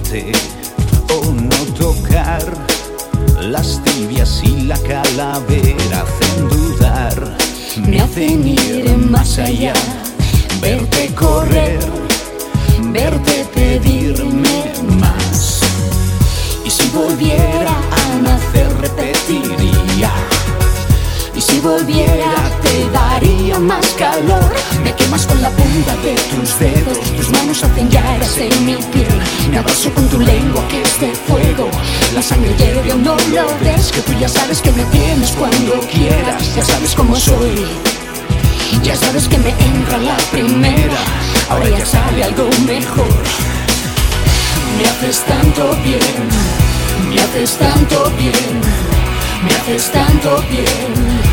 verte o no tocar. Las tibias y la calavera hacen dudar, me hacen ir más allá. Verte correr, verte pedirme más. Y si volviera a nacer repetiría. Y si volviera te daría más calor. Me quemas con la punta de tus dedos, tus manos hacen llagas en mi piel. Me abrazo con tu lengua que es de fuego. La sangre hierve o no lo ves, que tú ya sabes que me tienes cuando quieras. Ya sabes cómo soy, ya sabes que me entra la primera. Ahora ya sale algo mejor. Me haces tanto bien, me haces tanto bien, me haces tanto bien.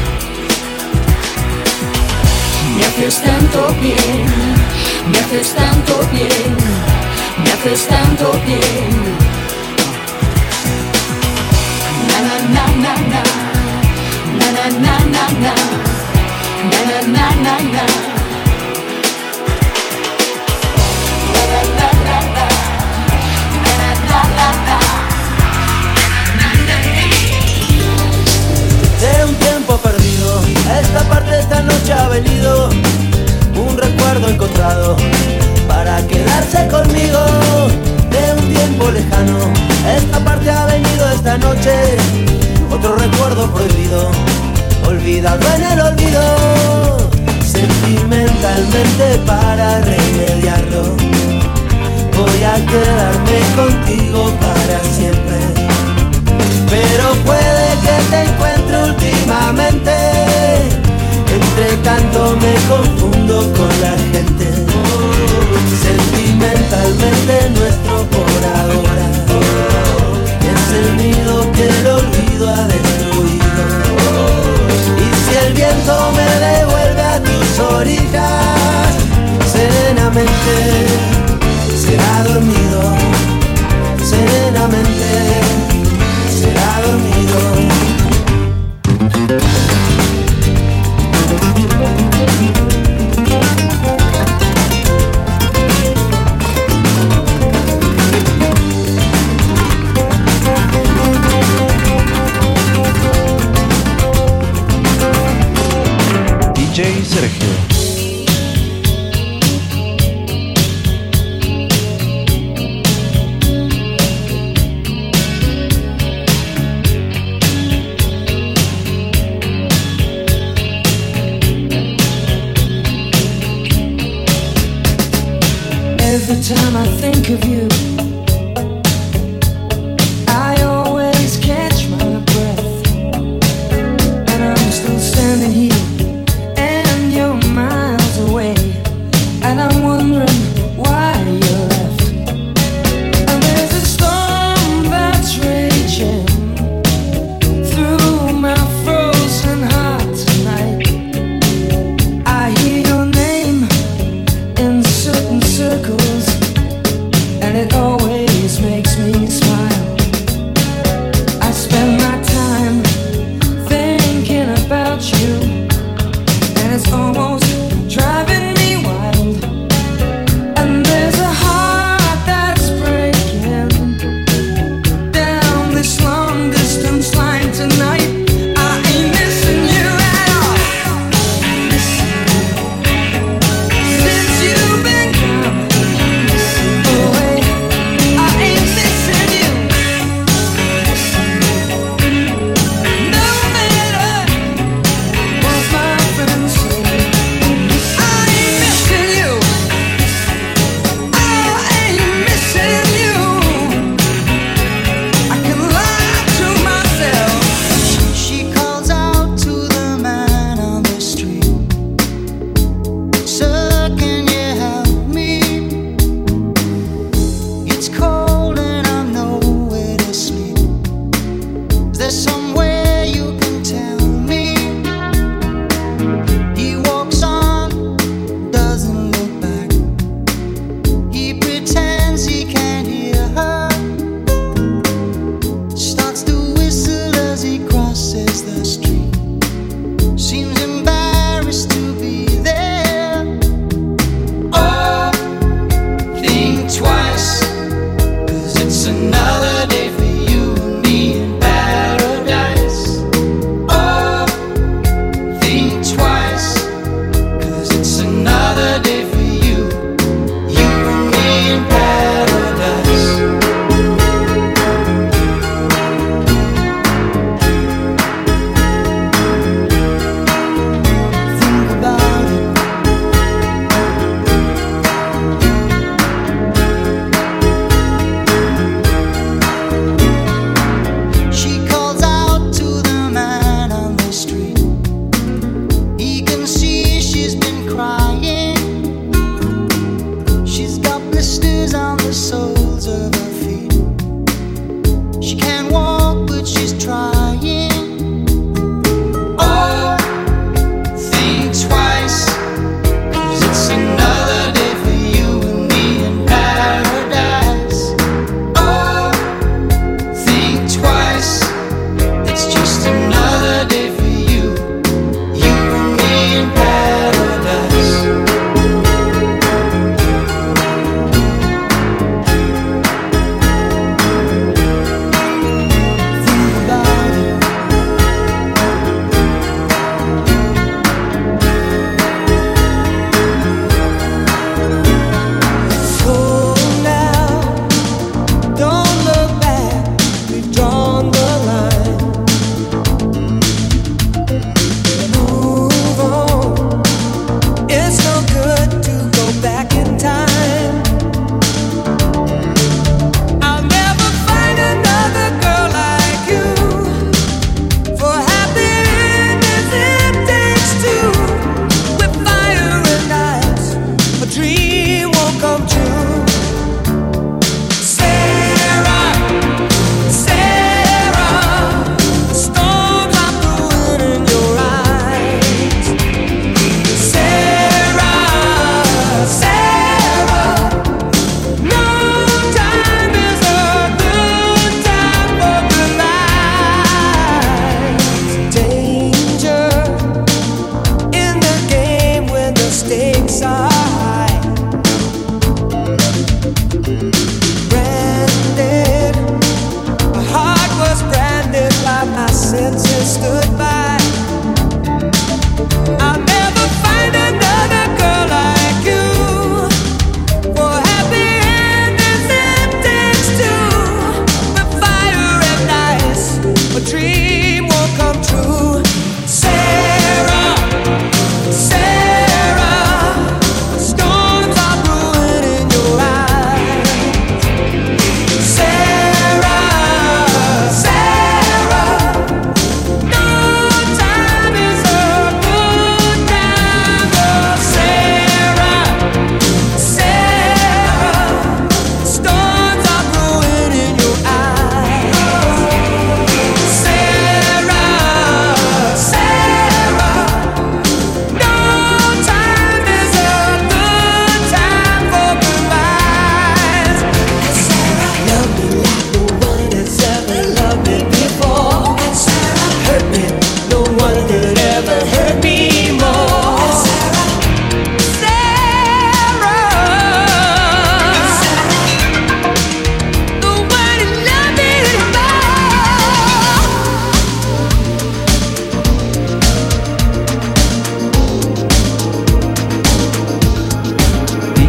Me haces tanto bien, me haces tanto bien, me haces tanto bien. Na na na na na, na na na na na, na na na na na. De un tiempo perdido, esta parte esta noche ha venido un recuerdo encontrado para quedarse conmigo. De un tiempo lejano, esta parte ha venido esta noche otro recuerdo prohibido, olvidado en el olvido. Sentimentalmente para remediarlo, voy a quedarme contigo para siempre. Pero puede que te encuentre últimamente, entre tanto me confundo con la gente. Sentimentalmente nuestro por ahora es el nido que el olvido ha destruido. Y si el viento me devuelve a tus orillas, serenamente será dormido, serenamente será dormido. DJ Sergio. Every time I think of you, I always catch my breath. And I'm still standing here, and you're miles away, and I'm wondering why you left. And there's a storm that's raging through my frozen heart tonight. I hear your name in certain circles, and it always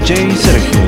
DJ Sergio.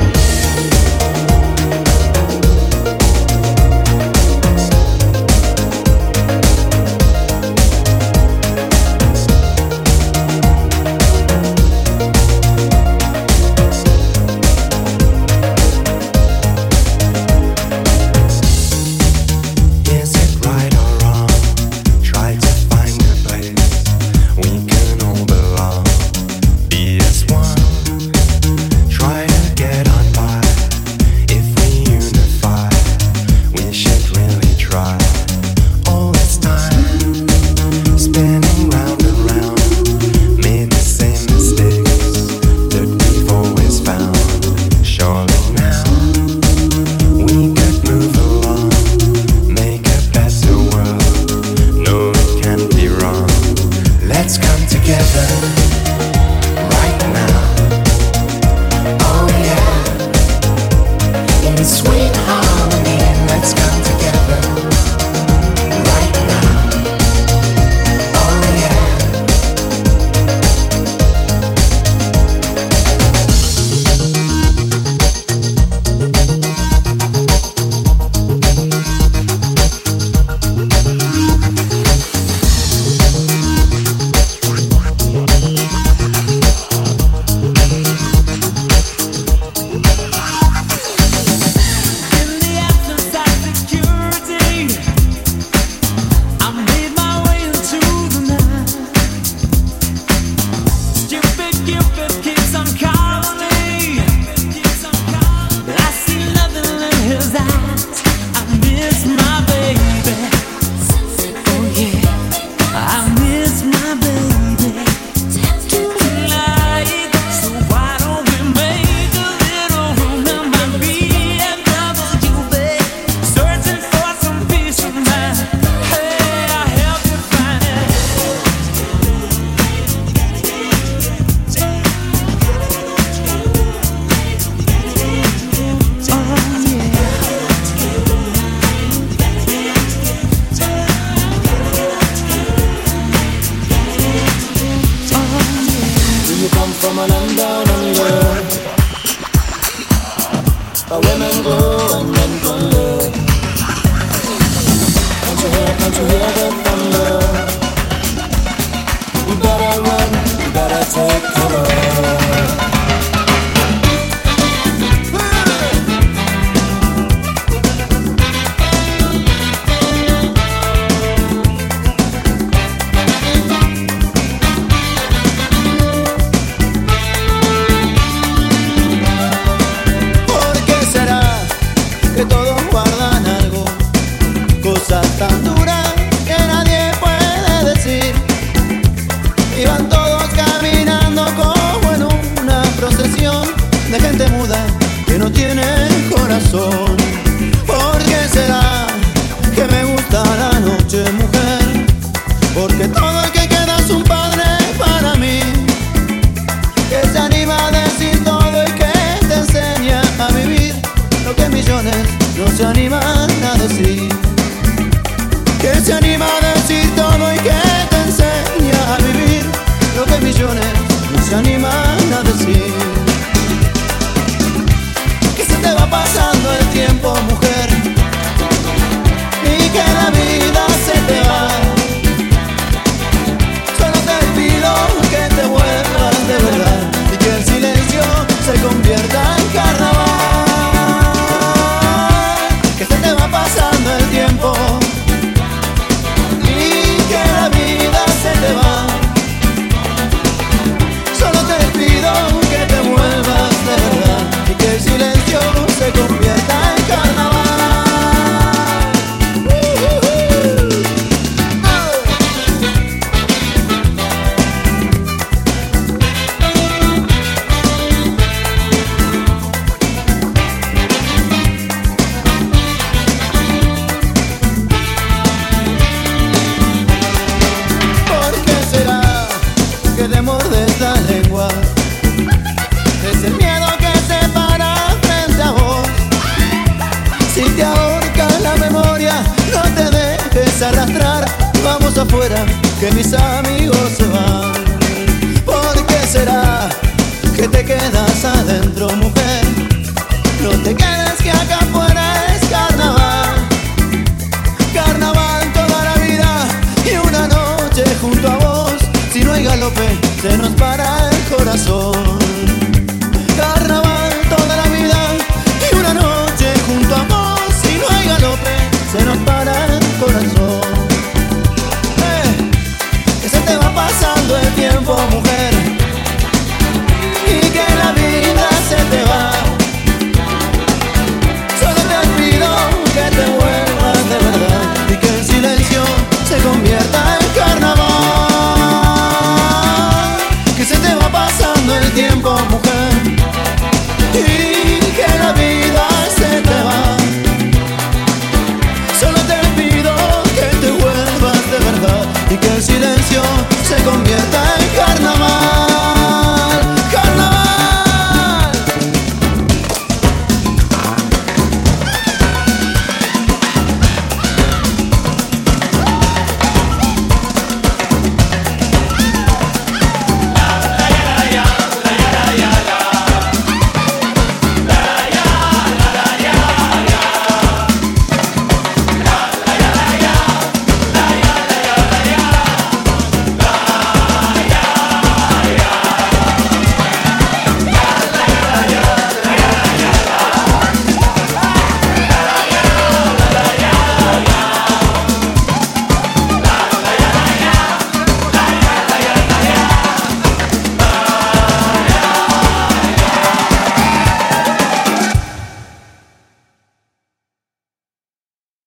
Arrastrar, vamos afuera, que mis amigos